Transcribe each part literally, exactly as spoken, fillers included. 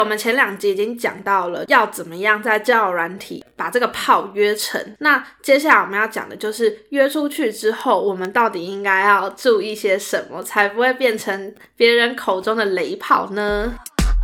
我们前两集已经讲到了要怎么样在交友软体把这个炮约成，那接下来我们要讲的就是约出去之后我们到底应该要注意些什么，才不会变成别人口中的雷炮呢？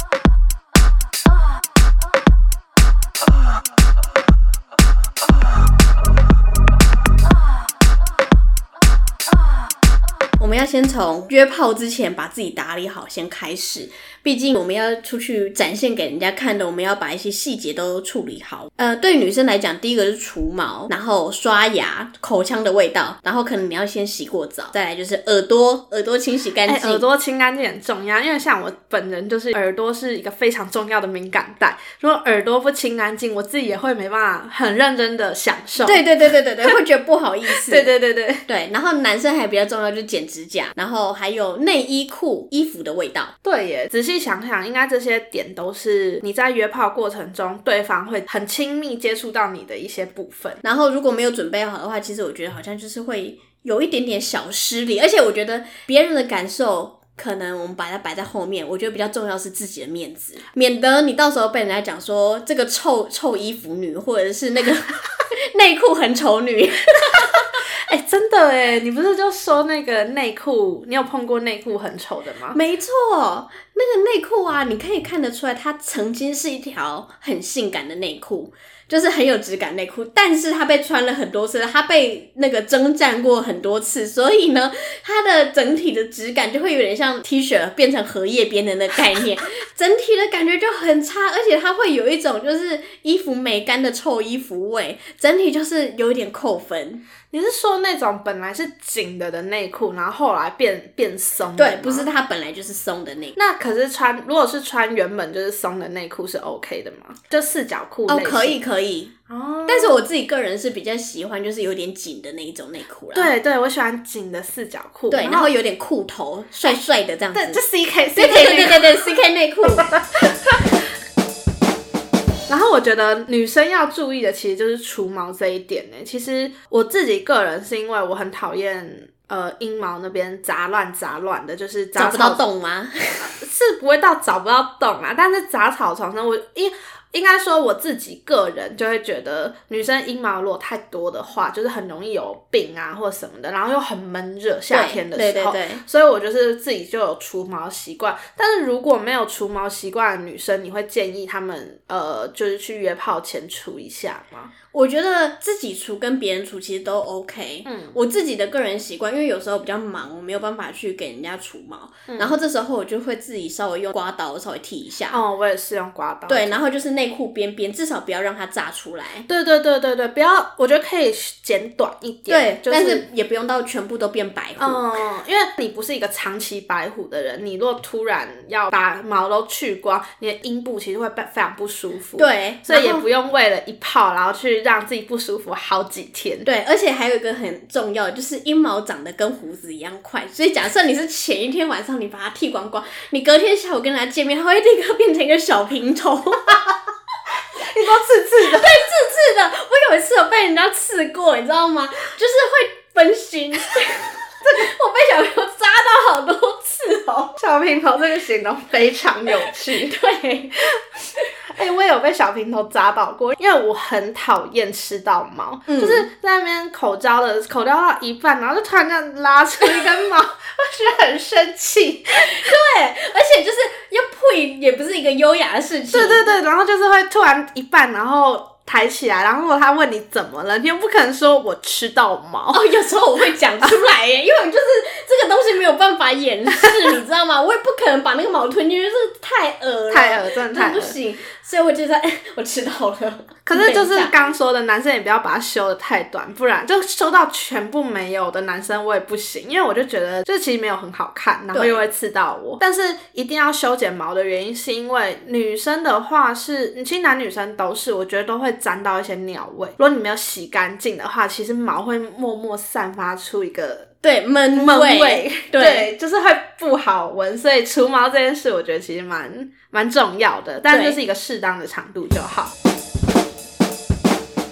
我们要先从约炮之前把自己打理好先开始，毕竟我们要出去展现给人家看的，我们要把一些细节都处理好。呃，对女生来讲，第一个是除毛，然后刷牙，口腔的味道，然后可能你要先洗过澡，再来就是耳朵，耳朵清洗干净、 欸。耳朵清干净很重要，因为像我本人就是耳朵是一个非常重要的敏感带，如果耳朵不清干净，我自己也会没办法很认真的享受。 对对对对对对，会觉得不好意思。 对对对对对，然后男生还比较重要就是剪指甲，然后还有内衣裤、衣服的味道。 对耶，仔细想想，应该这些点都是你在约炮过程中，对方会很亲密接触到你的一些部分。 然后如果没有准备好的话，其实我觉得好像就是会有一点点小失礼，而且我觉得别人的感受可能我们把它摆在后面，我觉得比较重要是自己的面子，免得你到时候被人家讲说这个臭臭衣服女，或者是那个内裤很丑女。 哎、欸，真的哎，你不是就说那个内裤，你有碰过内裤很丑的吗？ 没错，那个内裤啊，你可以看得出来，它曾经是一条很性感的内裤，就是很有质感内裤，但是它被穿了很多次，它被那个征战过很多次，所以呢，它的整体的质感就会有点像 T 恤变成荷叶边的那个概念，整体的感觉就很差，而且它会有一种就是衣服没干的臭衣服味，整体就是有一点扣分。 你是说那种本来是紧的的内裤，然后后来变变松的？ 对，不是它本来就是松的内裤。 那可是穿，如果是穿原本就是松的内裤是 OK 的吗？就四角裤类型。 哦，可以可以。哦，但是我自己个人是比较喜欢就是有点紧的那一种内裤啦。 对对，我喜欢紧的四角裤。 对，然后有点裤头，帅帅的这样子。 对，就 C K C K 对对对对 C K 内裤。 然后我觉得女生要注意的其实就是除毛这一点耶。其实我自己个人是因为我很讨厌呃阴毛那边杂乱杂乱的，就是杂找不到洞吗？ 是不会到找不到洞啊，但是杂草丛生，我因应该说我自己个人就会觉得女生阴毛如果太多的话，就是很容易有病啊或什么的，然后又很闷热，夏天的时候， 对对对对， 所以我就是自己就有除毛习惯。但是如果没有除毛习惯的女生，你会建议她们呃就是去约炮前除一下吗？ 我觉得自己除跟别人除其实都 OK。嗯，我自己的个人习惯，因为有时候比较忙，我没有办法去给人家除毛，嗯、然后这时候我就会自己稍微用刮刀稍微剃一下。 哦，我也是用刮刀。 对，然后就是内裤边边，至少不要让它炸出来。 对对对对对，不要，我觉得可以剪短一点。 对， 就是、 但是也不用到全部都变白虎。 嗯，因为你不是一个长期白虎的人，你如果突然要把毛都去光，你的阴部其实会非常不舒服。 对， 所以也不用为了一炮然后去让自己不舒服好几天。 对，而且还有一个很重要的就是阴毛长得跟胡子一样快，所以假设你是前一天晚上你把它剃光光，你隔天下午跟他见面，它会立刻变成一个小平头。 你说刺刺的？ 对，刺刺的。我有一次有被人家刺过，你知道吗？就是会分心。我被小平头扎到好多次哦。 小平头这个形容非常有趣。 对。 哎、欸，我也有被小平头扎到过，因为我很讨厌吃到毛、嗯，就是在那边口交的口交到一半，然后就突然这样拉出一根毛，我觉得很生气。 对，而且就是要配也不是一个优雅的事情。 对对对，然后就是会突然一半，然后抬起来，然后如果他问你怎么了，你又不可能说我吃到毛。 哦，有时候我会讲出来耶，因为就是这个东西没有办法掩饰，你知道吗？我也不可能把那个毛吞进去，这个太恶了， 太恶，真的太恶， 不行。所以我就在、欸、我吃到了。 可是就是刚说的，男生也不要把它修得太短，不然就修到全部没有的男生我也不行，因为我就觉得这其实没有很好看，然后又会刺到我。但是一定要修剪毛的原因是因为女生的话是，其实男女生都是，我觉得都会沾到一些尿味。如果你没有洗干净的话，其实毛会默默散发出一个对闷闷味， 对， 对，就是会不好闻。所以除毛这件事，我觉得其实蛮蛮重要的，但就是一个适当的长度就好。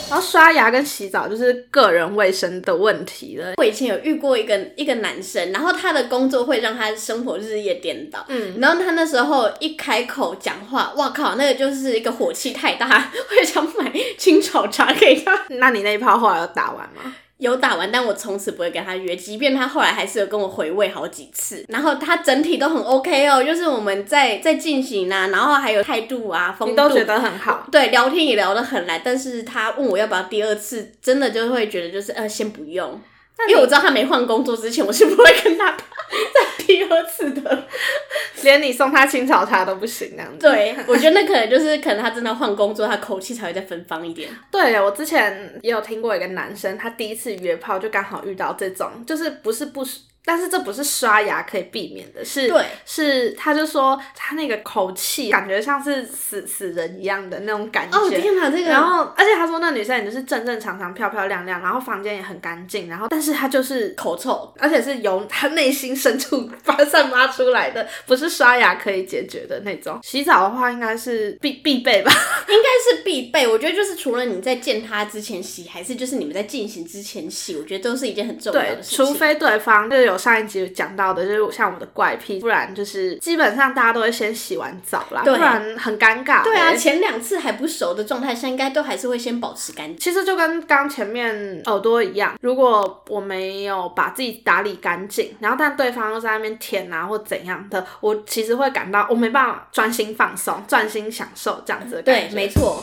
然后刷牙跟洗澡就是个人卫生的问题了。 我以前有遇过一个一个男生，然后他的工作会让他生活日夜颠倒，嗯，然后他那时候一开口讲话，哇靠，那个就是一个火气太大，会想买青草茶给他。 那你那一炮后来有打完吗？ 有打完，但我从此不会跟他约，即便他后来还是有跟我回味好几次，然后他整体都很 OK 哦，就是我们在在进行啊，然后还有态度啊风度， 你都觉得很好， 对，聊天也聊得很来，但是他问我要不要第二次，真的就会觉得就是呃先不用，因为我知道他没换工作之前我是不会跟他再第二次的， 连你送他青草茶都不行那样子。 对，我觉得那可能就是可能他真的换工作，他口气才会再芬芳一点。 对，我之前也有听过一个男生，他第一次约炮就刚好遇到这种，就是不是不但是这不是刷牙可以避免的，是对， 是他就说他那个口气感觉像是死死人一样的那种感觉。 哦天哪，这个。 然后，而且他说那女生也就是正正常常、漂漂亮亮，然后房间也很干净，然后但是他就是口臭， 而且是由他内心深处发散发出来的，不是刷牙可以解决的那种。洗澡的话，应该是必必备吧？ 应该是必备。我觉得就是除了你在见他之前洗，还是就是你们在进行之前洗，我觉得都是一件很重要的事情。 对，除非对方就是有上一集讲到的，就是像我的怪癖，不然就是基本上大家都会先洗完澡啦，不然很尴尬、欸。 对啊，前两次还不熟的状态下，应该都还是会先保持干净。 其实就跟刚前面耳朵一样，如果我没有把自己打理干净，然后但对方又在那边舔啊或怎样的，我其实会感到我没办法专心放松、专心享受这样子的感觉。 对，没错。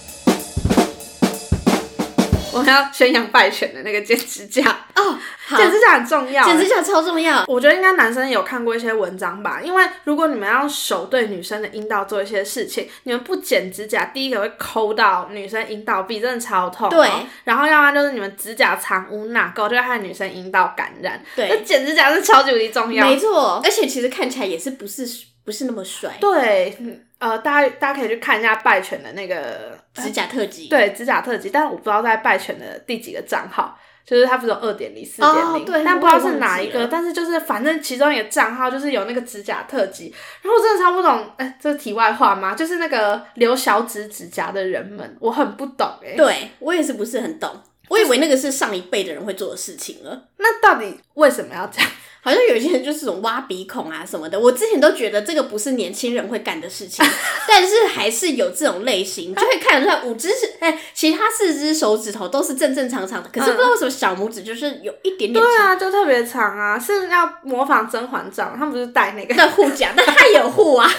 我们要宣扬拜犬的那个剪指甲哦， 剪指甲很重要， 剪指甲超重要。 我觉得应该男生有看过一些文章吧，因为如果你们要手对女生的阴道做一些事情，你们不剪指甲，第一个会抠到女生阴道壁，真的超痛、哦。 对， 然后要不然就是你们指甲藏污纳垢，就会害女生阴道感染。 对， 那剪指甲是超级无敌重要， 没错。而且其实看起来也是不是不是那么帅。 对。呃，大家大家可以去看一下拜犬的那个指甲特辑， 对，指甲特辑，但我不知道在拜犬的第几个账号，就是它不是有 二点零、四点零，但不知道是哪一个，但是就是反正其中一个账号就是有那个指甲特辑，然后我真的超不懂，哎、欸，这是题外话吗？就是那个留小指指甲的人们，我很不懂哎、欸， 对我也是不是很懂，我以为那个是上一辈的人会做的事情了， 那到底为什么要这样？ 好像有些人就是这种挖鼻孔啊什么的，我之前都觉得这个不是年轻人会干的事情，但是还是有这种类型，就会看得出来五只哎、欸，其他四只手指头都是正正常常的，可是不知道为什么小拇指就是有一点点长。 对啊，就特别长啊，是要模仿甄嬛传，他们不是戴那个那护甲，但他有护啊。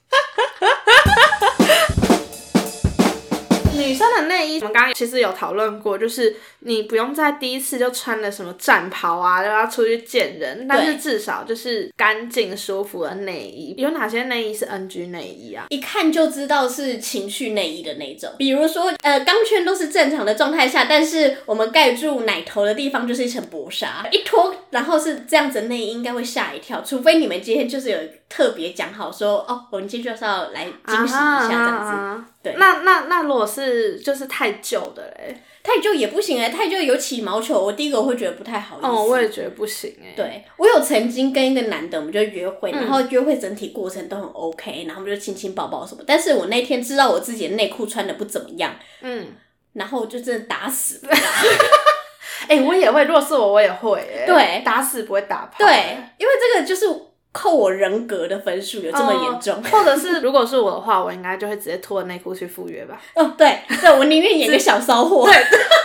女生的内衣，我们刚刚其实有讨论过，就是你不用在第一次就穿了什么战袍啊，就要出去见人，但是至少就是干净舒服的内衣。有哪些内衣是 N G 内衣啊？ 一看就知道是情趣内衣的那种，比如说呃，钢圈都是正常的状态下，但是我们盖住奶头的地方就是一层薄纱，一脱然后是这样子的内衣应该会吓一跳，除非你们今天就是有特别讲好说哦，我们今天就是要来惊喜一下这样子。 啊对， 那那那如果是就是太旧的嘞， 太旧也不行哎、欸，太旧有起毛球，我第一个我会觉得不太好意思。 哦，我也觉得不行哎、欸。 对，我有曾经跟一个男的，我们就约会， 嗯、 然后约会整体过程都很 OK， 然后我们就亲亲抱抱什么。但是我那天知道我自己的内裤穿的不怎么样，嗯，然后我就真的打死了。 哎、欸，我也会，如果是我，我也会、欸。 对， 打死不会打炮。 对，因为这个就是。扣我人格的分数有这么严重、 哦，或者是如果是我的话，我应该就会直接脱了内裤去赴约吧。 哦，对，对我宁愿演个小骚货。 对，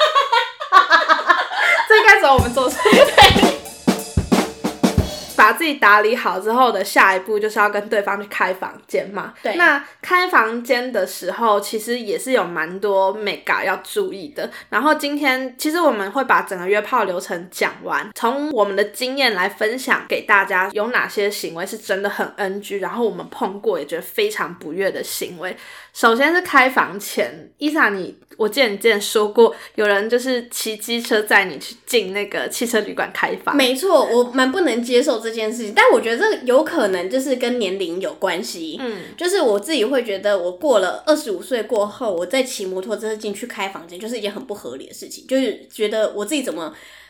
最开始我们做错。对。把自己打理好之后的下一步就是要跟对方去开房间嘛。 对。 那开房间的时候，其实也是有蛮多美感要注意的。然后今天其实我们会把整个约炮流程讲完，从我们的经验来分享给大家，有哪些行为是真的很 N G， 然后我们碰过也觉得非常不悦的行为。首先是开房前，伊莎你，我记得你之前说过，有人就是骑机车载你去进那个汽车旅馆开房。 没错，我蛮不能接受这件事情，但我觉得这有可能就是跟年龄有关系。嗯，就是我自己会觉得，我过了二十五岁过后，我再骑摩托车进去开房间，就是一件很不合理的事情，就是觉得我自己怎么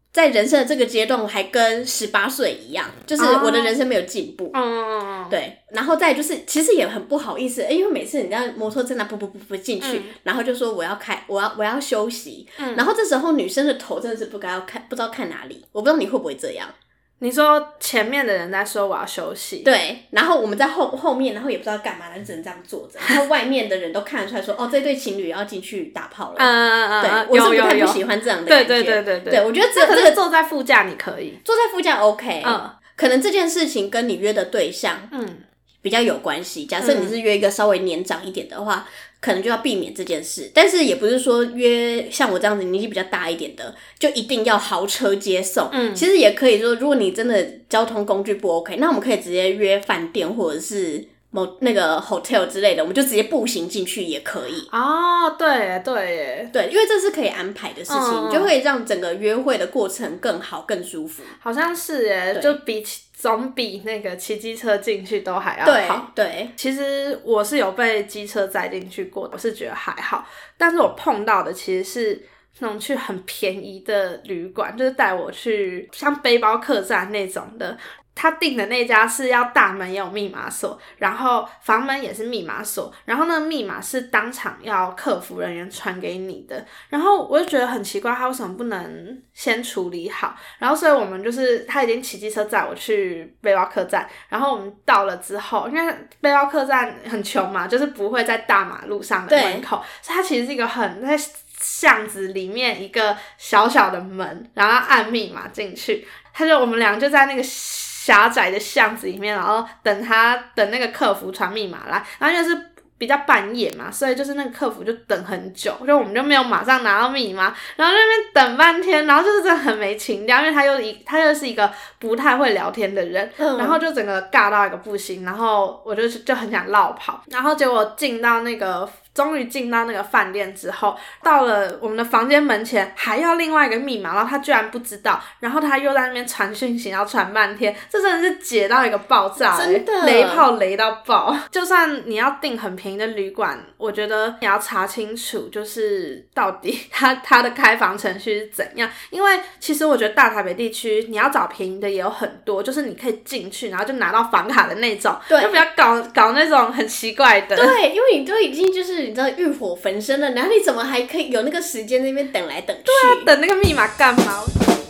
在人生的这个阶段，我还跟十八岁一样，就是我的人生没有进步。 嗯、oh. 对，然后再就是其实也很不好意思，因为每次你在摩托车那不不不不进去、嗯，然后就说我要开，我要我要休息、嗯，然后这时候女生的头真的是不该要看，不知道看哪里，我不知道你会不会这样。 你说前面的人在说我要休息， 对，然后我们在后后面，然后也不知道干嘛，然后只能这样坐着，然后外面的人都看得出来说，哦，这对情侣要进去打炮了。嗯嗯嗯，对，我是不太不喜欢这样的感觉。 对对对对对， 对我觉得这这个坐在副驾你可以， 坐在副驾 OK。嗯，可能这件事情跟你约的对象，嗯，比较有关系。假设你是约一个稍微年长一点的话。可能就要避免这件事，但是也不是说约像我这样子年纪比较大一点的就一定要豪车接送，嗯，其实也可以说如果你真的交通工具不 OK， 那我们可以直接约饭店或者是某那个 hotel 之类的，我们就直接步行进去也可以。 哦，对耶对耶对，因为这是可以安排的事情，嗯、就会让整个约会的过程更好更舒服。 好像是耶，就比起总比那个骑机车进去都还要好。 对对， 其实我是有被机车载进去过的，我是觉得还好，但是我碰到的其实是那种去很便宜的旅馆，就是带我去像背包客栈那种的。他订的那家是要大门也有密码锁，然后房门也是密码锁，然后那个密码是当场要客服人员传给你的，然后我就觉得很奇怪，他为什么不能先处理好？然后所以我们就是他已经骑机车载我去背包客栈，然后我们到了之后，因为背包客栈很穷嘛，就是不会在大马路上的门口，所以它其实是一个很在巷子里面一个小小的门，然后按密码进去，他就我们俩就在那个狭窄的巷子里面，然后等他等那个客服传密码来，然后因为是比较半夜嘛，所以就是那个客服就等很久，就我们就没有马上拿到密码，然后在那边等半天，然后就是真的很没情调，因为他又一他又是一个不太会聊天的人，嗯、然后就整个尬到一个不行，然后我就就很想落跑，然后结果进到那个。终于进到那个饭店之后，到了我们的房间门前还要另外一个密码，然后他居然不知道，然后他又在那边传讯息要传半天，这真的是解到一个爆炸、欸、 真的雷炮雷到爆。就算你要订很便宜的旅馆，我觉得你要查清楚就是到底他他的开房程序是怎样，因为其实我觉得大台北地区你要找便宜的也有很多，就是你可以进去然后就拿到房卡的那种，对，就不要搞搞那种很奇怪的。 对，因为你都已经就是你知道欲火焚身了，然后你怎么还可以有那个时间在那边等来等去？ 对啊，等那个密码干嘛？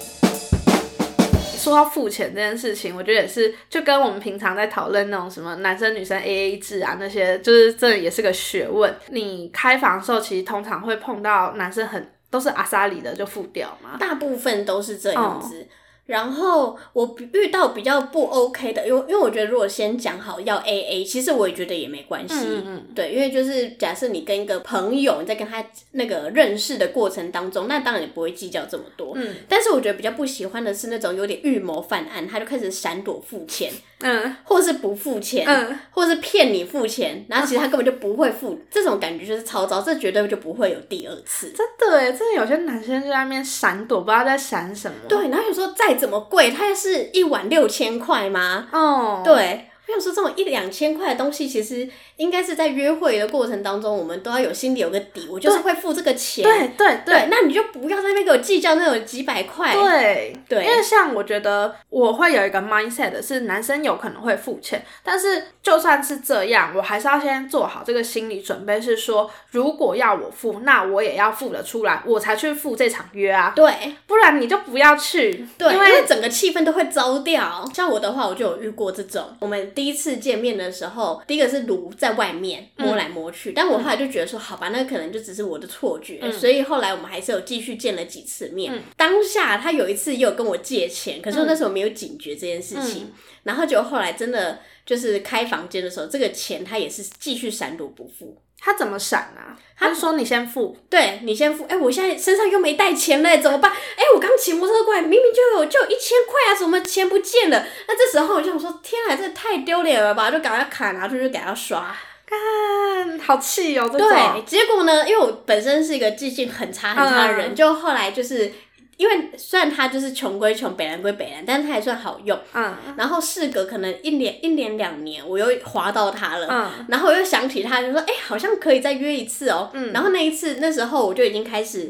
说到付钱这件事情，我觉得也是就跟我们平常在讨论那种什么男生女生 A A 制啊那些，就是这也是个学问。你开房的时候其实通常会碰到男生很都是阿萨里的就付掉嘛， 大部分都是这样子。哦，然后我遇到比较不 OK 的，因为因为我觉得如果先讲好要 A A， 其实我也觉得也没关系，嗯嗯，对，因为就是假设你跟一个朋友你在跟他那个认识的过程当中，那当然也不会计较这么多，嗯，但是我觉得比较不喜欢的是那种有点预谋犯案，他就开始闪躲付钱，嗯，或是不付钱，嗯，或是骗你付钱，然后其实他根本就不会付，这种感觉就是超糟，这绝对就不会有第二次。 真的耶，真的有些男生就在那边闪躲，不知道在闪什么。 对，然后有时候再怎么贵，它是一碗六千块吗？哦，对。我想说这种一两千块的东西，其实应该是在约会的过程当中，我们都要有心里有个底，我就是会付这个钱。 对对 对, 对，那你就不要在那边给我计较那种几百块。 对对， 因为像我觉得我会有一个 mindset 是男生有可能会付钱，但是就算是这样，我还是要先做好这个心理准备，是说如果要我付，那我也要付得出来，我才去付这场约啊。 对， 不然你就不要去。 对， 因为因为整个气氛都会糟掉。像我的话，我就有遇过这种，我们第一次见面的时候，第一个是卢在外面摸来摸去，嗯，但我后来就觉得说好吧，那可能就只是我的错觉，嗯，所以后来我们还是有继续见了几次面，嗯，当下他有一次也有跟我借钱，可是我那时候没有警觉这件事情，嗯，然后结果后来真的就是开房间的时候，这个钱他也是继续闪躲不付。 他怎么闪啊？他就说你先付， 对，你先付。哎，我现在身上又没带钱了，怎么办？哎，我刚骑摩托车过来，明明就有就有一千块啊，怎么钱不见了？那这时候我就想说，天啊，这太丢脸了吧！就赶快卡拿出去给他刷。 干，好气哦！这种。 对，结果呢，因为我本身是一个记性很差很差的人，嗯，就后来就是。因为虽然他就是穷归穷，北兰归北兰，但是他还算好用。嗯。然后事隔可能一年、一年两年，我又滑到他了。嗯。然后我又想起他，就说：“哎，好像可以再约一次哦。”嗯。然后那一次，那时候我就已经开始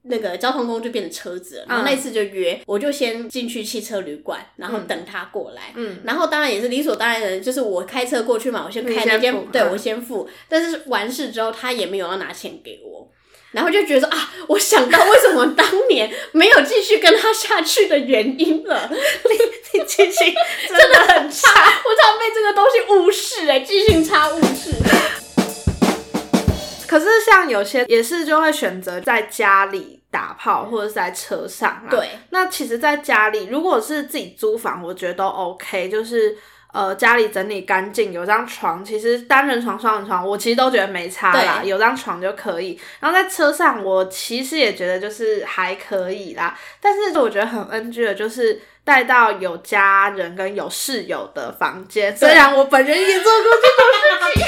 那个交通工具变成车子了，然后那一次就约，嗯、我就先进去汽车旅馆，然后等他过来。嗯，然后当然也是理所当然的，就是我开车过去嘛，我先开那间，对、嗯、我先付。但是完事之后，他也没有要拿钱给我，然后就觉得说啊，我想到为什么当年没有继续跟他下去的原因了。你你记性真的很差，我常被这个东西误事哎、欸，记性差误事。 可是像有些也是就会选择在家里打炮或者是在车上啦。 对， 那其实在家里如果是自己租房我觉得都 OK， 就是呃家里整理干净，有张床，其实单人床双人床我其实都觉得没差啦，有张床就可以。然后在车上我其实也觉得就是还可以啦，但是我觉得很 N G 的就是带到有家人跟有室友的房间，虽然我本人也做过这种事情。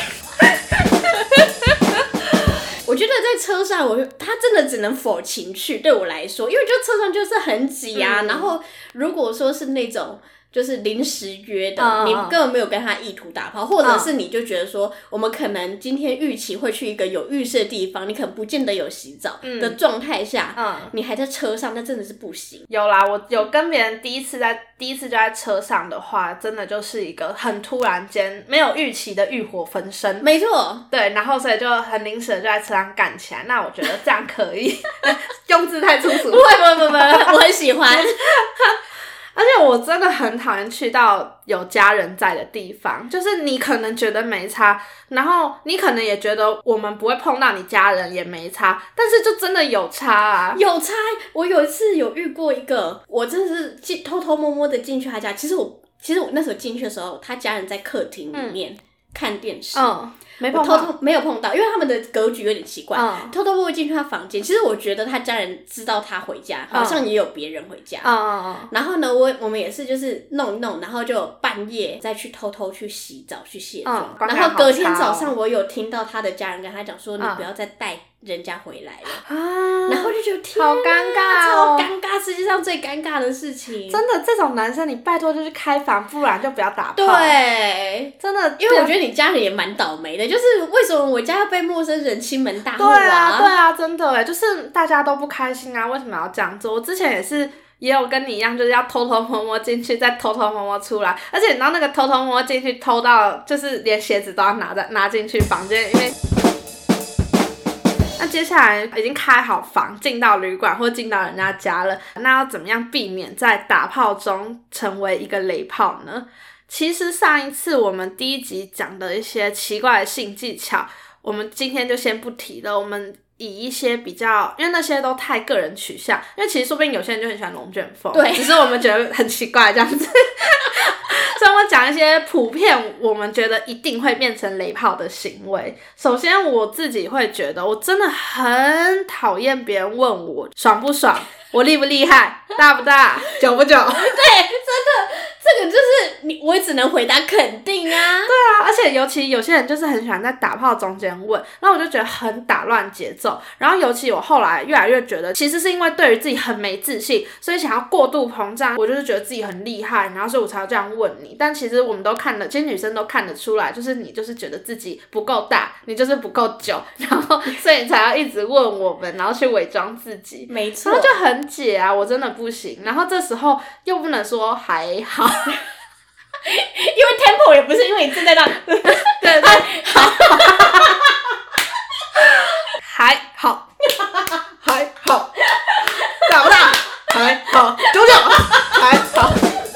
我觉得在车上我他真的只能否情趣，对我来说，因为就车上就是很挤啊、嗯、然后如果说是那种就是临时约的、嗯、你根本没有跟他意图打炮，或者是你就觉得说我们可能今天预期会去一个有浴室的地方，你可能不见得有洗澡的状态下、嗯、你还在车上，那真的是不行。 有啦，我有跟别人第一次在第一次就在车上的话，真的就是一个很突然间没有预期的欲火焚身。 没错， 对，然后所以就很临时的就在车上干起来，那我觉得这样可以。用字太粗俗。 不会不会不会，我很喜欢。 而且我真的很讨厌去到有家人在的地方，就是你可能觉得没差，然后你可能也觉得我们不会碰到你家人也没差，但是就真的有差啊， 有差。我有一次有遇过一个，我真的是偷偷摸摸的进去他家，其实我其实我那时候进去的时候，他家人在客厅里面、嗯、看电视，嗯。没碰到，我偷偷没有碰到，因为他们的格局有点奇怪。嗯、偷偷摸摸进去他房间，其实我觉得他家人知道他回家，好像也有别人回家。嗯、然后呢，我我们也是就是弄一弄，然后就半夜再去偷偷去洗澡去卸妆、嗯。然后隔天早上，我有听到他的家人跟他讲说：“嗯、你不要再带人家回来了。啊”然后就觉得天、啊， 好尴尬哦， 超尴尬，世界上最尴尬的事情。 真的，这种男生你拜托就是开房，不然就不要打炮。 对， 真的， 因为我觉得你家人也蛮倒霉的。就是为什么我家要被陌生人欺门大户啊？ 对啊，对啊，真的耶，就是大家都不开心啊，为什么要这样做？我之前也是也有跟你一样，就是要偷偷摸摸进去，再偷偷摸摸出来，而且你知道那个偷偷摸摸进去，偷到就是连鞋子都要拿在拿进去房间，因为那接下来已经开好房，进到旅馆或进到人家家了，那要怎么样避免在打炮中成为一个雷炮呢？其实上一次我们第一集讲的一些奇怪的性技巧，我们今天就先不提了，我们以一些比较，因为那些都太个人取向，因为其实说不定有些人就很喜欢龙卷风，对，只是我们觉得很奇怪这样子。所以我们讲一些普遍我们觉得一定会变成雷炮的行为。首先我自己会觉得，我真的很讨厌别人问我爽不爽，我厉不厉害，大不大，久不久。对，真的这个就是你，我也只能回答肯定啊。 对啊，而且尤其有些人就是很喜欢在打炮中间问，然后我就觉得很打乱节奏。然后尤其我后来越来越觉得，其实是因为对于自己很没自信，所以想要过度膨胀，我就是觉得自己很厉害，然后所以我才要这样问你。但其实我们都看得，其实女生都看得出来，就是你就是觉得自己不够大，你就是不够久，然后所以你才要一直问我们，然后去伪装自己。 没错， 然后就很解啊，我真的不行。然后这时候又不能说还好。 因为 tempo 也不是因为你正在那，对对， 好，还好，还好，大不大？还好，久不久？还好。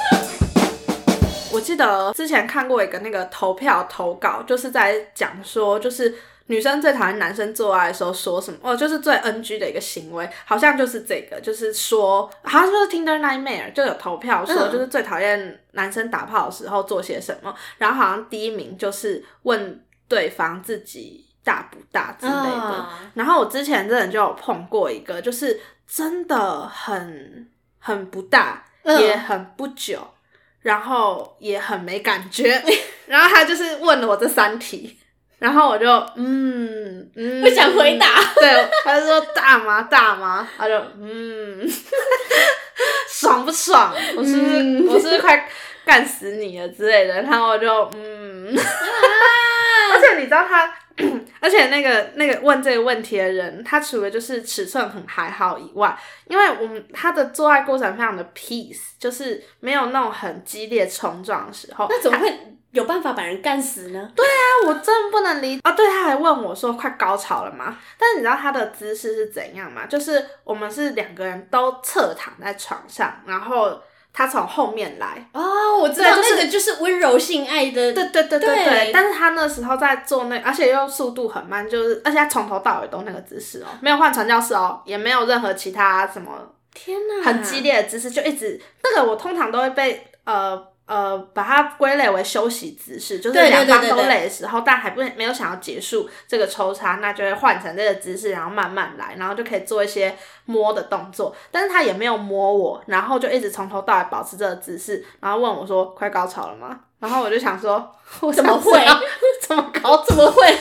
我记得之前看过一个那个投票投稿，就是在讲说，就是女生最讨厌男生做爱的时候说什么，哦，就是最 N G 的一个行为，好像就是这个，就是说，好像就是 Tinder Nightmare 就有投票说，就是最讨厌男生打炮的时候做些什么，然后好像第一名就是问对方自己大不大之类的。Oh. 然后我之前真的就有碰过一个，就是真的很很不大， uh. 也很不久，然后也很没感觉，然后他就是问了我这三题。然后我就嗯嗯不想回答， 对，他就说大吗大吗？他就嗯爽不爽？我是不是、嗯、我是不是快干死你了之类的？然后我就嗯，啊、而且你知道他而且那个那个问这个问题的人，他除了就是尺寸很还好以外，因为我们他的做爱过程非常的 peace， 就是没有那种很激烈冲撞的时候， 那怎么会有办法把人干死呢？ 对啊，我真不能理解。哦，对，他还问我说快高潮了吗？但是你知道他的姿势是怎样吗？就是我们是两个人都侧躺在床上，然后他从后面来。 哦，我知道、就是、那个就是温柔性爱的。 对对对对 对, 对。但是他那时候在做那，而且又速度很慢，就是而且他从头到尾都那个姿势哦，没有换传教士哦，也没有任何其他什么天哪很激烈的姿势，就一直那个我通常都会被呃。呃，把它归类为休息姿势，就是两方都累的时候，但还不没有想要结束这个抽插，那就会换成这个姿势，然后慢慢来，然后就可以做一些摸的动作。但是他也没有摸我，然后就一直从头到尾保持这个姿势，然后问我说：“快高潮了吗？”然后我就想说：“我怎么会？ 怎么高？ 怎么会？”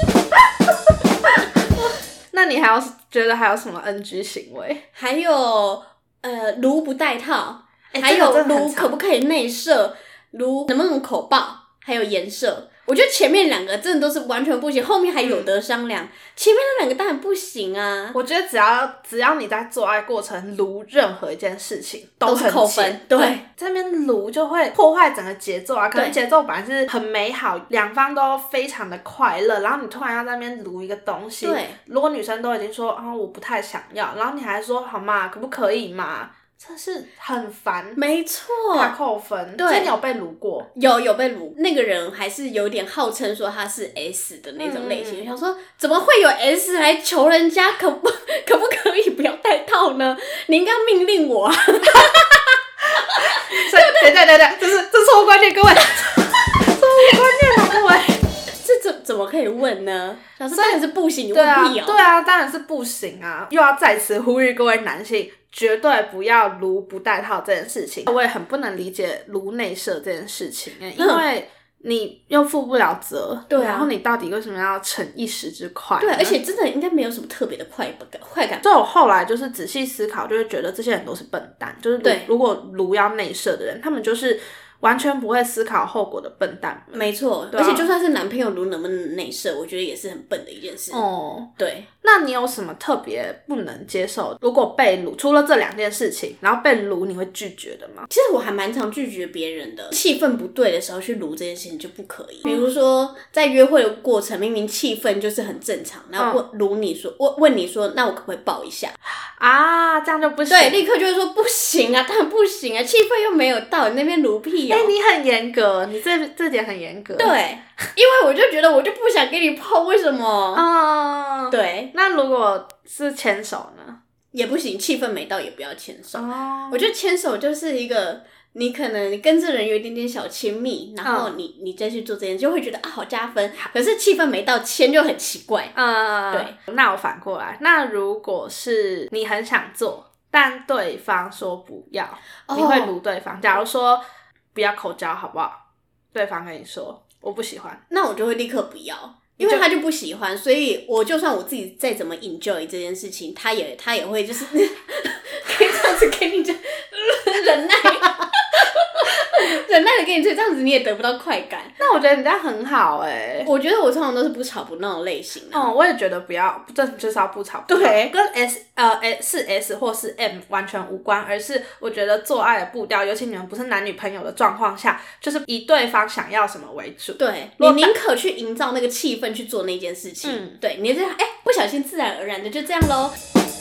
那你还有觉得还有什么 N G 行为？ 还有呃，撸不带套。 欸、 还有撸可不可以内射，撸能不能口爆，还有颜射。我觉得前面两个真的都是完全不行，后面还有得商量。嗯、前面那两个当然不行啊。 我觉得只要只要你在做爱过程撸任何一件事情都是扣分。对， 对这边撸就会破坏整个节奏啊。可能节奏本来是很美好，两方都非常的快乐，然后你突然要在那边撸一个东西， 对， 如果女生都已经说啊、哦、我不太想要，然后你还说好嘛，可不可以嘛？这是很烦， 没错， 他扣分。 对， 所以你有被撸过？ 有有被撸，那个人还是有点号称说他是 S 的那种类型，嗯、想说怎么会有 S 来求人家可不可不可以不要戴套呢？你应该命令我啊！所以对对对对，这是这是错误观念，各位，错误观念啊，各位。 这怎怎么可以问呢？老师当然是不行，你问屁哦！ 对啊，当然是不行啊！又要再次呼吁各位男性，绝对不要撸不带套这件事情。我也很不能理解撸内射这件事情，因为你又负不了责， 对啊， 然后你到底为什么要逞一时之快？ 对，而且真的应该没有什么特别的快感，快感。 所以我后来就是仔细思考，就会觉得这些人都是笨蛋，就是对，如果撸要内射的人，他们就是完全不会思考后果的笨蛋。 没错、啊，而且就算是男朋友撸能不能内射，我觉得也是很笨的一件事。哦，对。 那你有什么特别不能接受？如果被撸，除了这两件事情，然后被撸，你会拒绝的吗？ 其实我还蛮常拒绝别人的，气氛不对的时候去撸这件事情就不可以。比如说在约会的过程，明明气氛就是很正常，然后问撸你说，问问你说，那我可不可以抱一下啊？这样就不行。 对，立刻就会说不行啊，当然不行啊，气氛又没有到，你那边撸屁哦。 哎、欸，你很严格，你这这点很严格。 对，因为我就觉得我就不想给你泡，为什么？ 嗯， 对。 那如果是牵手呢？ 也不行，气氛没到也不要牵手。哦，我觉得牵手就是一个，你可能你跟这人有一点点小亲密，然后你、嗯、你再去做这件事，就会觉得啊好加分。可是气氛没到，牵就很奇怪。嗯，对。 那我反过来，那如果是你很想做，但对方说不要，哦、你会撸对方？假如说不要口交好不好？对方跟你说我不喜欢， 那我就会立刻不要。因为他就不喜欢，所以我就算我自己再怎么 enjoy 这件事情，他也他也会就是可以这样子跟你讲忍耐忍耐的跟你吹，这样子你也得不到快感。 那我觉得你这样很好哎、欸， 我觉得我通常都是不吵不闹的类型、啊。 哦、嗯，我也觉得不要，这就是要不吵不闹。对，跟 S 呃 S 是 S 或是 M 完全无关，而是我觉得做爱的步调，尤其你们不是男女朋友的状况下，就是以对方想要什么为主。 对，你宁可去营造那个气氛去做那件事情。嗯，对，你这样哎，不小心自然而然的就这样咯。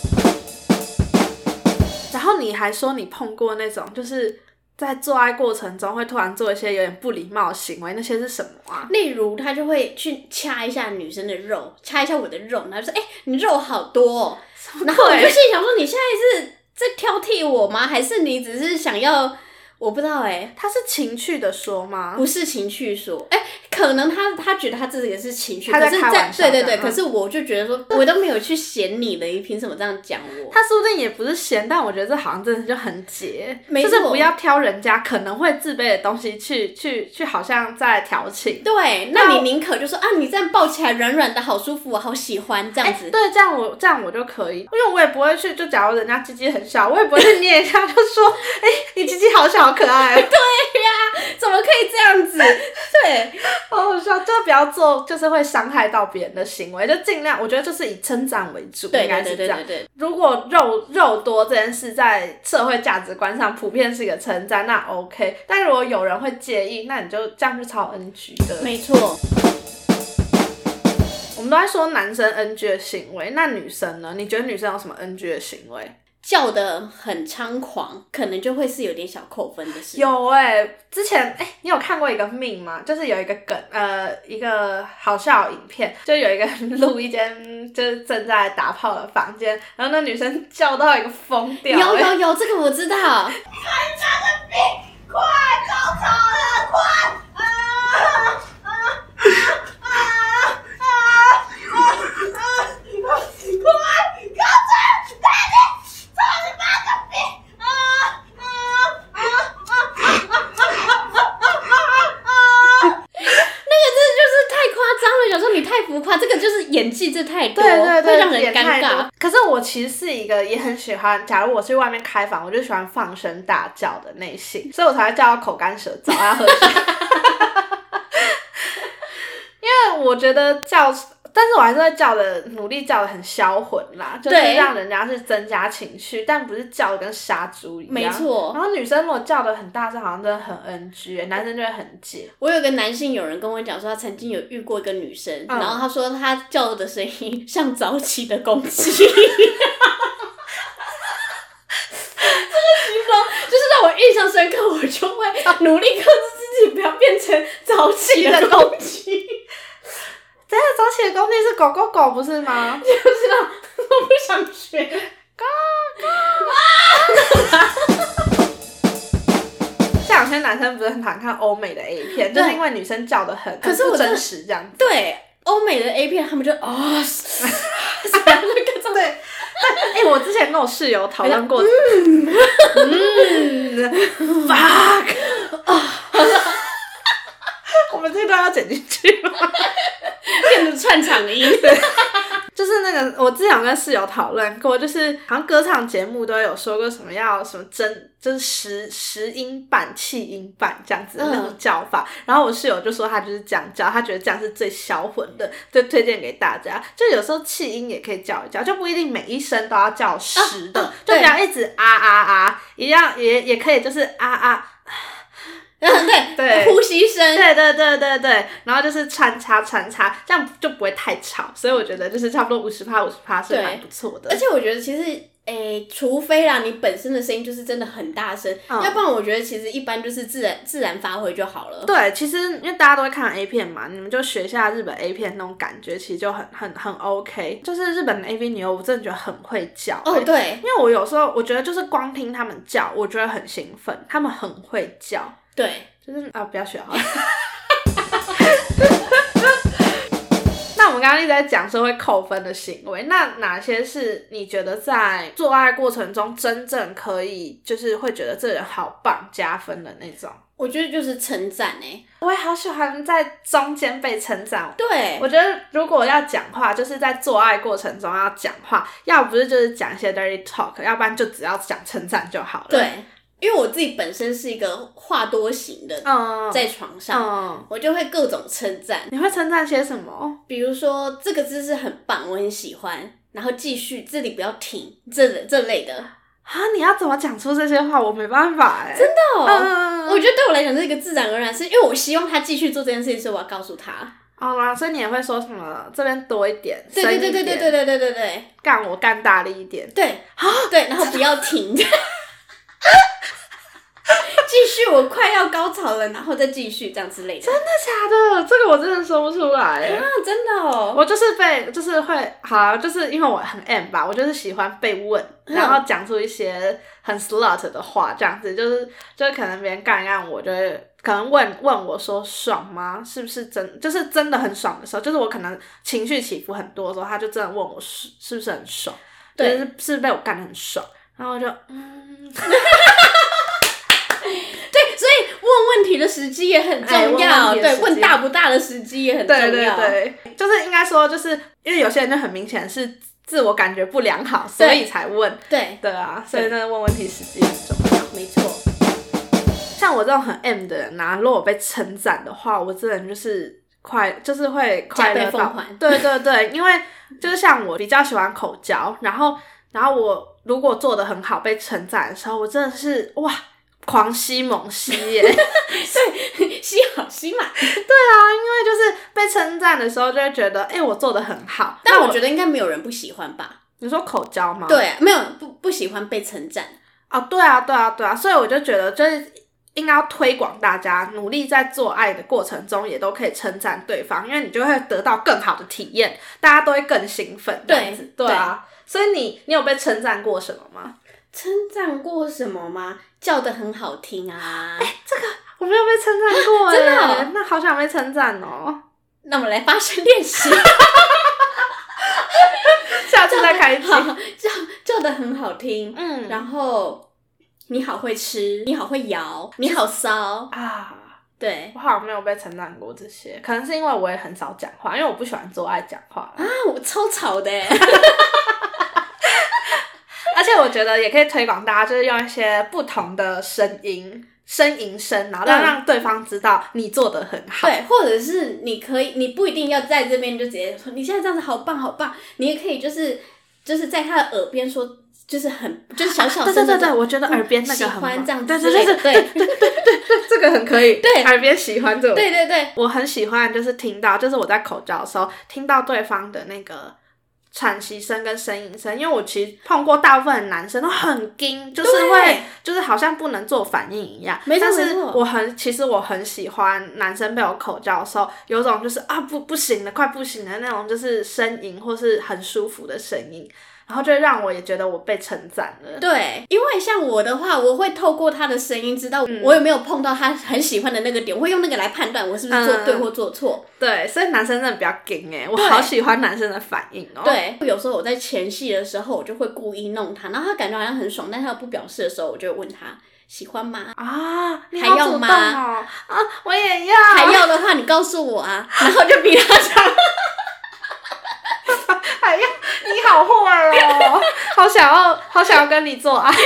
然后你还说你碰过那种就是在做爱过程中会突然做一些有点不礼貌的行为，那些是什么啊？ 例如他就会去掐一下女生的肉，掐一下我的肉，然后就说哎、欸，你肉好多哦。然后我就心里想说，你现在是在挑剔我吗？还是你只是想要？我不知道哎、欸， 他是情趣的说吗？ 不是情趣说，哎、欸，可能他他觉得他自己也是情趣， 他在开玩笑， 对对对。可是我就觉得说，我都没有去嫌你了，你凭什么这样讲我？ 他说不定也不是嫌，但我觉得这好像真的就很解， 没就是不要挑人家可能会自卑的东西去去去，好像在调情。 对，那你宁可就说啊，你这样抱起来软软的，好舒服，我好喜欢这样子。 欸、对，这样我这样我就可以，因为我也不会去，就假如人家鸡鸡很小，我也不会去捏一下就说，哎、欸，你鸡鸡好小。 好可爱。 对呀，怎么可以这样子？对， 好好笑，就不要做就是会伤害到别人的行为，就尽量，我觉得就是以称赞为主， 对应该是这样。 对对对对对， 如果肉肉多这件事在社会价值观上普遍是一个称赞，那 OK。但如果有人会介意，那你就这样就超 N G 的。 没错。 我们都在说男生 N G 的行为，那女生呢？你觉得女生有什么 N G 的行为？ 叫的很猖狂，可能就会是有点小扣分的事。 有哎、欸，之前哎、欸，你有看过一个 meme 吗？就是有一个梗，呃，一个好笑的影片，就有一个人录一间就是正在打炮的房间，然后那女生叫到一个疯掉、欸。 有有有，这个我知道。看他的病，快高潮了，快！啊啊啊啊啊啊啊！快高潮，大力！操你妈个逼！啊啊啊啊啊啊啊！ 那个真的就是太夸张了，有时候你太浮夸，这个就是演技这太多， 对对对， 会让人尴尬。 可是我其实是一个也很喜欢，假如我去外面开房，我就喜欢放声大叫的类型，所以我才会叫到口干舌燥要喝水。因为我觉得叫。但是我还是会叫的，努力叫的很销魂啦，就是让人家是增加情绪，但不是叫的跟杀猪一样。 没错。 然后女生如果叫的很大声，好像真的很 N G， 欸、男生就会很解。 我有个男性友人跟我讲说，他曾经有遇过一个女生，嗯、然后他说他叫的声音像早起的公鸡。这个形容就是让我印象深刻，我就会努力克制自己，不要变成早起的公鸡。 等一下，早起的公鸡是狗狗狗不是吗？ 不知道，我不想学。 狗狗啊！这两天男生不是很喜欢看欧美的 A 片，就是因为女生叫的很， 可是我不真实这样子。 对，欧美的 A 片他们就哦， 对。哎、欸，我之前跟我室友讨论过，嗯嗯 ，fuck， 我们这段要剪进去吗？ 变成串场音。 就是那个，我之前有跟室友讨论过，就是好像歌唱节目都有说过什么要什么真，就是十十音版、气音版这样子的那种叫法。嗯、然后我室友就说他就是这样叫，他觉得这样是最销魂的，就推荐给大家。就有时候气音也可以叫一叫，就不一定每一声都要叫实的，啊啊、就不要一直啊啊啊，一样也也可以就是啊啊。 嗯，对对， 呼吸声， 对对对对对，然后就是穿插穿插，这样就不会太吵，所以我觉得就是差不多五十趴五十趴是蛮不错的。 而且我觉得其实，诶，除非啦，你本身的声音就是真的很大声，嗯、要不然我觉得其实一般就是自然自然发挥就好了。 对，其实因为大家都会看 A 片嘛，你们就学一下日本 A 片那种感觉，其实就很很很 OK。就是日本的 A V 女优，我真的觉得很会叫、欸。 哦，对， 因为我有时候我觉得就是光听他们叫，我觉得很兴奋，他们很会叫。 对， 就是啊，不要学好了。那我们刚刚一直在讲说会扣分的行为，那哪些是你觉得在做爱过程中真正可以，就是会觉得这人好棒加分的那种？ 我觉得就是称赞欸， 我也好喜欢在中间被称赞。 对， 我觉得如果要讲话，就是在做爱过程中要讲话，要不是就是讲一些 dirty talk， 要不然就只要讲称赞就好了。 对。因为我自己本身是一个话多型的，嗯、在床上、嗯、我就会各种称赞。 你会称赞些什么？ 比如说这个姿势很棒，我很喜欢，然后继续，这里不要停，这这类的。 啊，你要怎么讲出这些话？我没办法哎、欸， 真的哦。 嗯、 我觉得对我来讲是一个自然而然，是因为我希望他继续做这件事情，所以我要告诉他。 哦啦，所以你也会说什么这边多一点， 对对对对对对对对对对， 干我干大力一点， 对对，然后不要停。继续，我快要高潮了，然后再继续这样之类的。 真的假的？这个我真的说不出来啊！真的哦， 我就是被，就是会，好啊，就是因为我很 M 吧，我就是喜欢被问，然后讲出一些很 slut 的话，这样子，就是就是可能别人干一干，我就会可能问问我说爽吗？是不是真，就是真的很爽的时候，就是我可能情绪起伏很多的时候，他就真的问我是是不是很爽，对，就是是不是被我干得很爽，然后我就嗯。 对，所以问问题的时机也很重要，欸、问对，问大不大的时机也很重要。 对对对，就是应该说，就是因为有些人就很明显是自我感觉不良好，所以才问。 对对啊，所以那问问题时机很重要。 没错。 像我这种很 M 的人啊，如果我被称赞的话，我真的就是快，就是会快乐到，对对对，因为就是像我比较喜欢口交，然后然后我如果做得很好被称赞的时候，我真的是哇狂吸猛吸耶对，吸好吸满。 对啊，因为就是被称赞的时候就会觉得哎、欸、我做得很好， 但我觉得应该没有人不喜欢吧。 你说口交吗？ 对、啊，没有不不喜欢被称赞。 哦，对啊对啊对啊，所以我就觉得就是应该要推广大家努力在做爱的过程中也都可以称赞对方，因为你就会得到更好的体验，大家都会更兴奋这样子。对对啊，所以你你有被称赞过什么吗？ 称赞过什么吗？叫得很好听啊！ 哎、欸，这个我没有被称赞过哎、欸， 真的、哦？ 那好想被称赞哦。 那我们来发声练习， 下次再开一集。 叫叫得很好听， 嗯， 然后你好会吃，你好会摇，你好骚啊！ 对， 我好像没有被称赞过这些，可能是因为我也很少讲话，因为我不喜欢做爱讲话啊，我超吵的耶。 而且我觉得也可以推广大家，就是用一些不同的声音、呻吟声，然后让让对方知道你做得很好。 对，或者是你可以，你不一定要在这边就直接说你现在这样子好棒好棒，你也可以就是就是在他的耳边说，就是很就是小小声的、啊。 对对对对，我觉得耳边那个很喜欢这样子， 对对对对对对对对，这个很可以。 对， 耳边喜欢这种。 对对对， 我很喜欢，就是听到，就是我在口交的时候听到对方的那个喘息声跟呻吟声，因为我其实碰过大部分的男生都很硬，就是会就是好像不能做反应一样。 没错， 但是我很其实我很喜欢男生被我口交的时候，有种就是啊不不行了，快不行了那种，就是呻吟或是很舒服的声音。然后就让我也觉得我被称赞了。 对，因为像我的话，我会透过他的声音知道我有没有碰到他很喜欢的那个点，我会用那个来判断我是不是做对或做错。 嗯、对，所以男生真的比较硬耶，我好喜欢男生的反应哦。 对，有时候我在前戏的时候，我就会故意弄他，然后他感觉好像很爽，但他又不表示的时候，我就会问他喜欢吗？ 啊，你还要吗？ 哦、啊，我也要。 还要的话，你告诉我啊，然后就比他长。 哎呀，你好坏哦！好想要，好想要跟你做爱。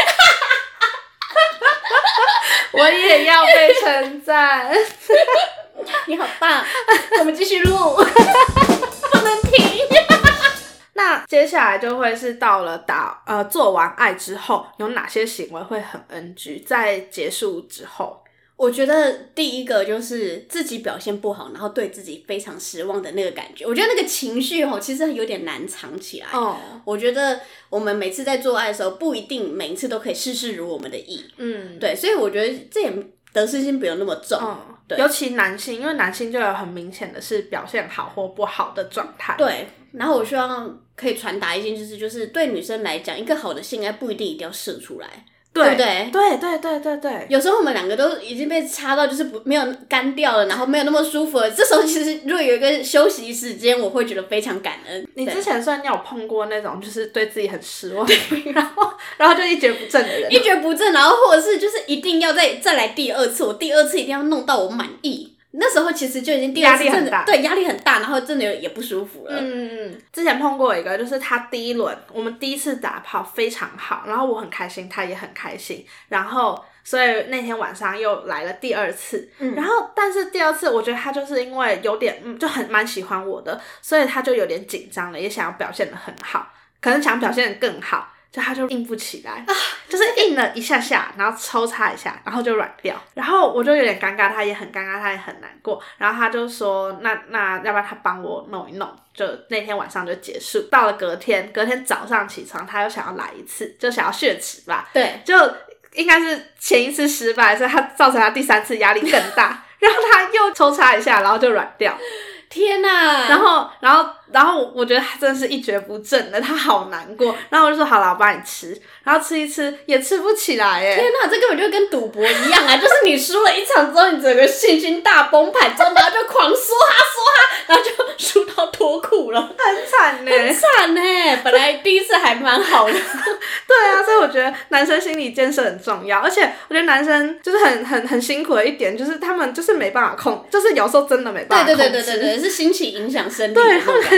我也要被称赞。 你好棒！我们继续录，不能停。 那接下来就会是到了打呃做完爱之后，有哪些行为会很 N G？ 在结束之后。 我觉得第一个就是自己表现不好，然后对自己非常失望的那个感觉。我觉得那个情绪哦，其实有点难藏起来。 哦， 我觉得我们每次在做爱的时候，不一定每一次都可以事事如我们的意。 嗯， 对，所以我觉得这也得失心不用那么重。 嗯， 对， 尤其男性，因为男性就有很明显的是表现好或不好的状态。 对，然后我希望可以传达一件事，就是就是对女生来讲，一个好的性爱不一定一定要射出来。对不对？ 对对对对对， 有时候我们两个都已经被插到，就是不没有干掉了，然后没有那么舒服了。这时候其实如果有一个休息时间，我会觉得非常感恩。 你之前虽然你有碰过那种就是对自己很失望，然后然后就一蹶不振的人， 一蹶不振，然后或者是就是一定要再再来第二次，我第二次一定要弄到我满意。那时候其实就已经第二次真的压力很大， 对，压力很大，然后真的也不舒服了。 嗯嗯，之前碰过一个，就是他第一轮我们第一次打炮非常好，然后我很开心，他也很开心，然后所以那天晚上又来了第二次，嗯、然后但是第二次我觉得他就是因为有点嗯就很蛮喜欢我的，所以他就有点紧张了，也想要表现得很好，可能想表现得更好。就他就硬不起来、啊、就是硬了一下下，然后抽插一下，然后就软掉，然后我就有点尴尬，他也很尴尬，他也很难过，然后他就说那那要不然他帮我弄一弄，就那天晚上就结束。到了隔天隔天早上起床，他又想要来一次，就想要血池吧， 对， 就应该是前一次失败，所以他造成他第三次压力更大然后他又抽插一下，然后就软掉。 天哪！ 然后，然后，然后，我觉得他真的是一蹶不振的，他好难过。然后我就说：“好了，我帮你吃。”然后吃一吃也吃不起来耶！ 天哪，这根本就跟赌博一样啊！就是你输了一场之后，你整个信心大崩盘，之后然后就狂梭哈梭哈，然后就输到脱裤了， 很惨呢， 很惨呢。本来第一次还蛮好的， 对啊，所以我觉得男生心理建设很重要，而且我觉得男生就是很很很辛苦的一点，就是他们就是没办法控，就是有时候真的没办法控制。 对对对对对对，是心情影响生理的对， 那种感觉。 他们很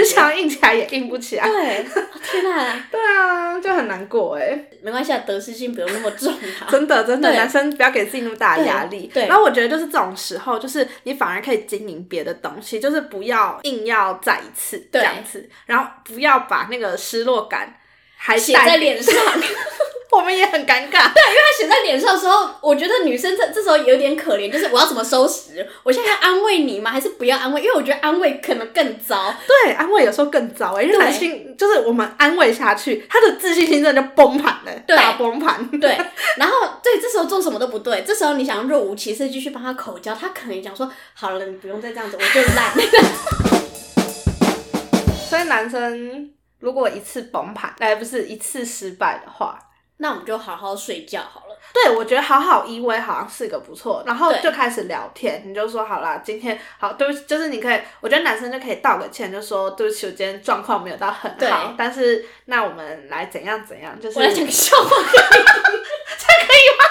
想要硬起来也硬不起来。 对，天哪， 对啊，就很难过哎。 没关系啊，得失心不用那么重啊。 真的真的，男生不要给自己那么大的压力。 对， 然后我觉得就是这种时候，就是你反而可以经营别的东西，就是不要硬要再一次这样子，然后不要把那个失落感还写在脸上。 我们也很尴尬， 对，因为他写在脸上的时候，我觉得女生这这时候有点可怜，就是我要怎么收拾？我现在要安慰你吗？还是不要安慰？因为我觉得安慰可能更糟。 对，安慰有时候更糟哎、欸，因为男性就是我们安慰下去，他的自信心真的就崩盘了，大崩盘。 对，然后对，这时候做什么都不对，这时候你想若无其事继续帮他口交，他可能讲说好了，你不用再这样子，我就烂。 所以男生如果一次崩盘，哎，不是一次失败的话。 那我们就好好睡觉好了。 对，我觉得好好依偎好像是个不错，然后就开始聊天，你就说好啦，今天好，对不起，就是你可以，我觉得男生就可以道个歉，就说对不起，我今天状况没有到很好，但是那我们来怎样怎样，就是我来讲个笑话，这可以吗？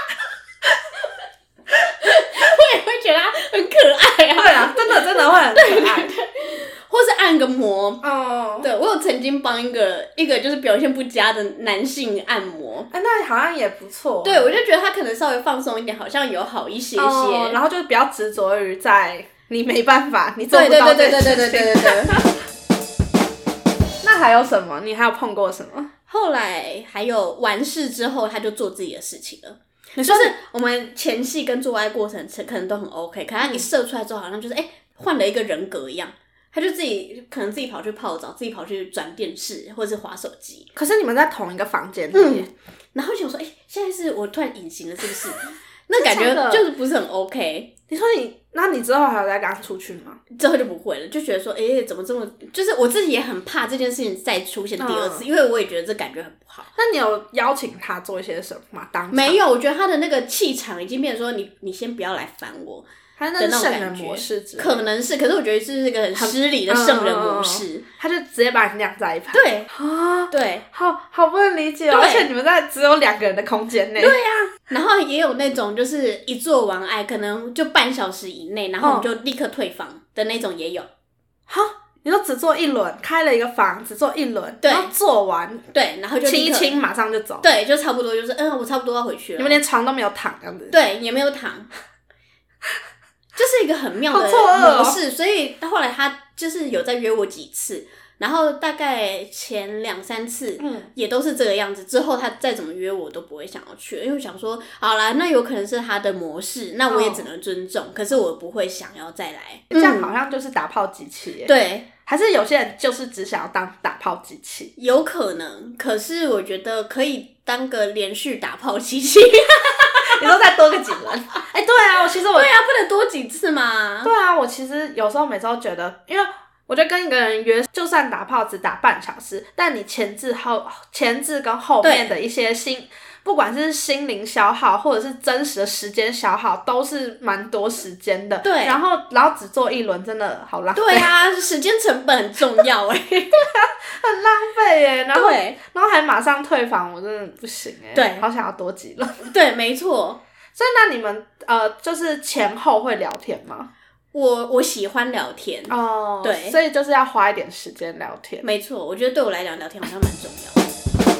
我也会觉得他很可爱啊。 对啊，真的真的会很可爱。 对对对，或是按个摩哦， oh. 对，我有曾经帮一个一个就是表现不佳的男性按摩， 哎、欸，那好像也不错。 对，我就觉得他可能稍微放松一点，好像有好一些些。Oh, 然后就不要执着于在你没办法，你做不到这件事情。对对对对对对对对。那还有什么？你还有碰过什么？ 后来还有完事之后，他就做自己的事情了。就是我们前戏跟做爱过程可能都很 OK， 可是他一射出来之后，好像就是哎换了一个人格一样。他就自己可能自己跑去泡澡，自己跑去转电视或者是滑手机。 可是你们在同一个房间里， 嗯，然后想说，哎、欸，现在是我突然隐形了，是不是？那感觉就是不是很 OK。 你说你，那你之后还有再跟他出去吗？ 之后就不会了，就觉得说，哎、欸，怎么这么，就是我自己也很怕这件事情再出现第二次，嗯、因为我也觉得这感觉很不好。 那你有邀请他做一些什么吗？当场没有，我觉得他的那个气场已经变成说，你你先不要来烦我。 他那是圣人模式之类的， 可能是，可是我觉得是那个很失礼的圣人模式， 嗯、他就直接把你晾在一旁。 对啊， 对， 好好不能理解哦，而且你们在只有两个人的空间内。 对呀、啊，然后也有那种就是一做完爱，可能就半小时以内，然后我们就立刻退房的那种也有。 好、嗯，你说只做一轮，开了一个房，只做一轮， 对， 然後做完， 对，然后就亲一亲，马上就走。 对，就差不多就是嗯，我差不多要回去了。 你们连床都没有躺这樣子。 对，也没有躺。就是一个很妙的模式， 哦、 所以后来他就是有再约我几次，然后大概前两三次，嗯，也都是这个样子。之后他再怎么约我都不会想要去，因为我想说，好啦，那有可能是他的模式，那我也只能尊重，哦、可是我不会想要再来。 这样好像就是打炮机器耶。 对， 还是有些人就是只想要当打炮机器， 有可能。可是我觉得可以当个连续打炮机器。 你说再多个几轮？哎、欸，对啊，我其实我对啊，不能多几次嘛。 对啊，我其实有时候每次都觉得，因为我觉得跟一个人约，就算打炮只打半小时，但你前置后前置跟后面的一些心，不管是心灵消耗或者是真实的时间消耗，都是蛮多时间的。 对， 然后然后只做一轮，真的好浪费。 对啊，时间成本很重要哎、欸， 对啊，很浪费耶。然后对， 然后还马上退房，我真的不行哎。 对， 好想要多几轮。 对，没错。 所以那你们呃，就是前后会聊天吗？ 我我喜欢聊天哦， 对， 所以就是要花一点时间聊天。 没错，我觉得对我来讲，聊天好像蛮重要的。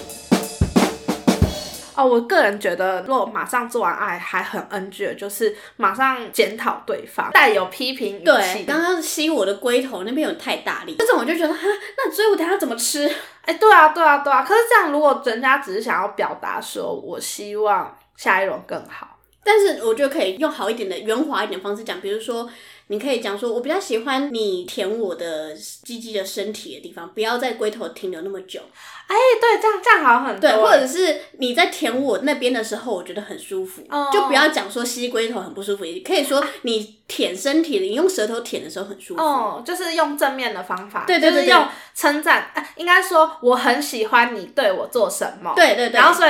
哦，我个人觉得，如果马上做完爱还很 N G 的，就是马上检讨对方，带有批评语气。 对，刚刚吸我的龟头那边有太大力，这种我就觉得哈，那所以我等一下怎么吃？ 哎、欸，对啊，对啊，对啊。可是这样，如果人家只是想要表达说，我希望下一轮更好。 但是我就可以用好一点的圆滑一点的方式讲，比如说你可以讲说我比较喜欢你舔我的鸡鸡的身体的地方，不要在龟头停留那么久。 哎、欸，对，这样这样好很多。 对，或者是你在舔我那边的时候，我觉得很舒服，哦、就不要讲说吸龟头很不舒服，也可以说你舔身体，你用舌头舔的时候很舒服。 哦，就是用正面的方法， 对对 对, 对， 就是用称赞、啊，应该说我很喜欢你对我做什么。 对对对， 然后所以。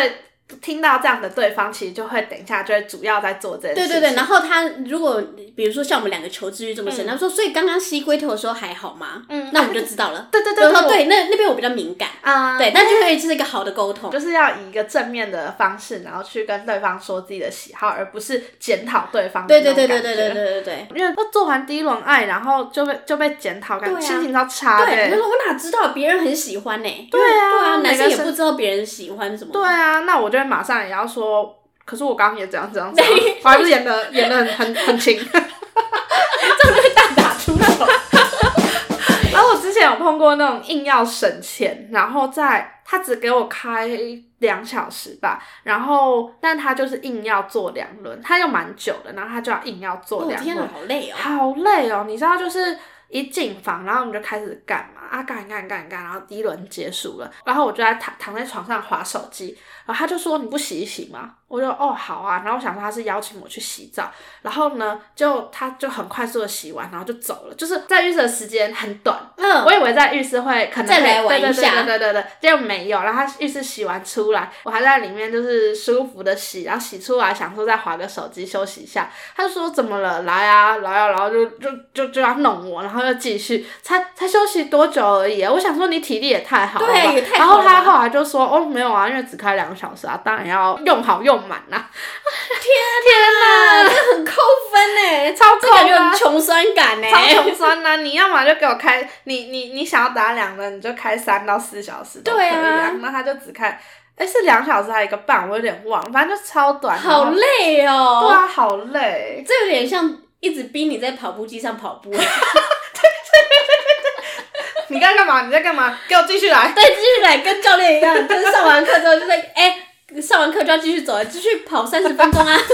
听到这样的对方，其实就会等一下就会主要在做这件事情。 对对对，然后他如果比如说像我们两个求知欲这么深， 嗯、 他说所以刚刚吸龟头的时候还好吗？嗯，那我们就知道了。 对对对， 对对，那那边我比较敏感啊、嗯， 对，但就会是一个好的沟通， 就是要以一个正面的方式，然后去跟对方说自己的喜好，而不是检讨对方的对对那种感觉。 对对对对对对对， 因为做完第一轮爱，然后就被就被检讨，感觉、啊、心情超差的。 对，他说我哪知道别人很喜欢呢、欸？ 对啊， 对啊，男生也不知道别人喜欢什么。 对啊，那我就会马上也要说，可是我刚刚也这样这样这样，我还不是演的演的很很很勤，这样就会大打出手。 然后我之前有碰过那种硬要省钱，然后在他只给我开两小时吧，然后但他就是硬要做两轮，他又蛮久的，然后他就要硬要做两轮， 哦天啊，好累哦， 好累哦，你知道就是。一进房，然后我们就开始干嘛啊？干干干干，然后第一轮结束了，然后我就在躺躺在床上滑手机，然后他就说你不洗一洗吗？我就哦好啊，然后我想说他是邀请我去洗澡，然后呢就他就很快速的洗完，然后就走了，就是在浴室的时间很短，嗯，我以为在浴室会可能再来玩一下， 对对对对对对，结果没有，然后他浴室洗完出来，我还在里面就是舒服的洗，然后洗出来想说再滑个手机休息一下，他就说怎么了？来啊来啊，然后就就就就要弄我，然后又继续，才才休息多久而已，我想说你体力也太好了吧， 对，也太好了，然后他后来就说哦没有啊，因为只开两个小时啊，当然要用好用满啊。 天天哪，这很扣分哎， 超扣啊， 这感觉很穷酸感哎， 超穷酸啊！你要么就给我开，你你你想要打两轮，你就开三到四小时都可以啊。 对啊， 那他就只开，哎是两小时还一个半，我有点忘了，反正就超短。 好累哦。 对啊，好累。 这有点像一直逼你在跑步机上跑步。对对对对。你在干嘛？你在干嘛？给我继续来。 对，继续来，跟教练一样，就是上完课之后就在哎。上完课就要继续走，继续跑三十分钟啊！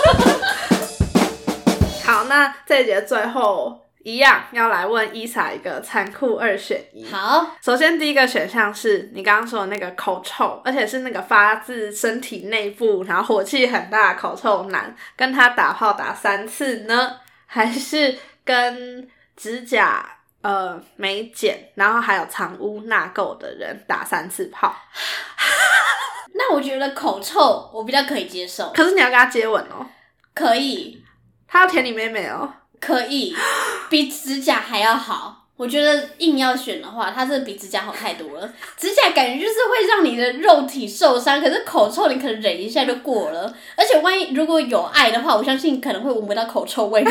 好，那这一节最后一样要来问伊莎一个残酷二选一。 好， 首先第一个选项是你刚刚说的那个口臭，而且是那个发自身体内部，然后火气很大的口臭男，跟他打炮打三次呢，还是跟指甲呃没剪，然后还有藏污纳垢的人打三次炮？ 那我觉得口臭我比较可以接受， 可是你要跟他接吻哦。 可以， 他要舔你妹妹哦。 可以，比指甲还要好。我觉得硬要选的话，它真的比指甲好太多了。指甲感觉就是会让你的肉体受伤，可是口臭你可能忍一下就过了。而且万一如果有爱的话，我相信可能会闻不到口臭味吧。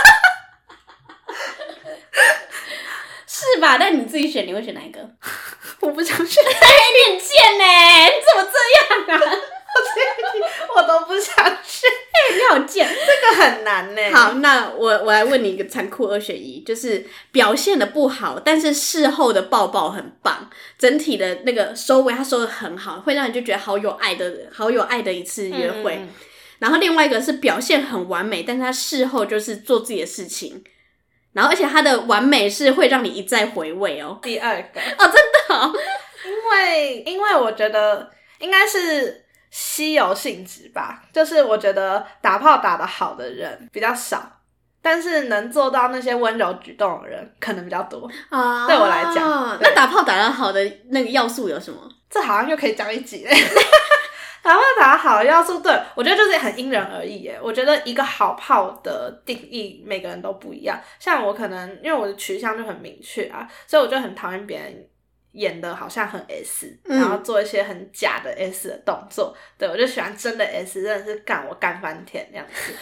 是吧？但你自己选，你会选哪一个？ 我不想选。 你很贱耶，你怎么这样啊？ 我都不想选。 哎、欸，你好贱， 这个很难耶。 好，那我我来问你一个残酷二选一，就是表现的不好，但是事后的抱抱很棒，整体的那个收尾他收的很好，会让你就觉得好有爱的好有爱的一次约会。嗯嗯，然后另外一个是表现很完美，但是他事后就是做自己的事情。然后，而且它的完美是会让你一再回味哦。 第二个哦，真的哦， 因为因为我觉得应该是稀有性质吧，就是我觉得打炮打得好的人比较少，但是能做到那些温柔举动的人可能比较多啊。对我来讲， 那打炮打得好的那个要素有什么？ 这好像又可以讲一集嘞。打炮打得好的要素，对，我觉得就是很因人而异耶。我觉得一个好炮的定义每个人都不一样。像我可能因为我的取向就很明确啊，所以我就很讨厌别人演的好像很 S，嗯，然后做一些很假的 S 的动作。对，我就喜欢真的 S， 真的是干我干翻天这样子。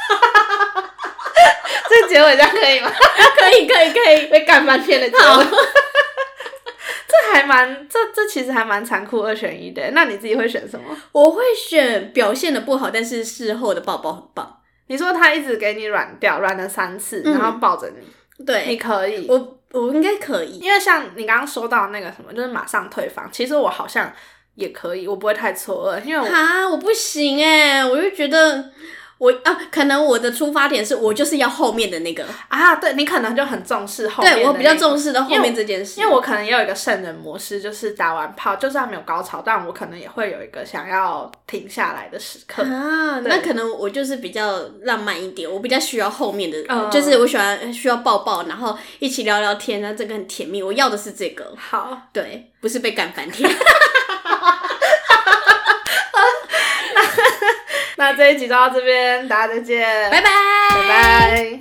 这个结尾这样可以吗？ 可以可以可以， 被干翻天的结尾。这还蛮，这这其实还蛮残酷二选一的。那你自己会选什么？ 我会选表现的不好，但是事后的抱抱很棒。 你说他一直给你软掉，软了三次，嗯，然后抱着你， 对， 你可以， 我我应该可以， 因为像你刚刚说到那个什么，就是马上退房，其实我好像也可以，我不会太错愕，因为我啊，我不行哎，我就觉得。我啊，可能我的出发点是我就是要后面的那个啊，对，你可能就很重视后面的，那個， 对，我比较重视的后面这件事， 因为我可能也有一个圣人模式，就是打完炮就算没有高潮，但我可能也会有一个想要停下来的时刻啊。那可能我就是比较浪漫一点，我比较需要后面的，嗯，就是我喜欢需要抱抱，然后一起聊聊天，然后这个很甜蜜，我要的是这个。 好， 对，不是被干翻天。 这一集就到这边，大家再见， 拜拜， 拜拜。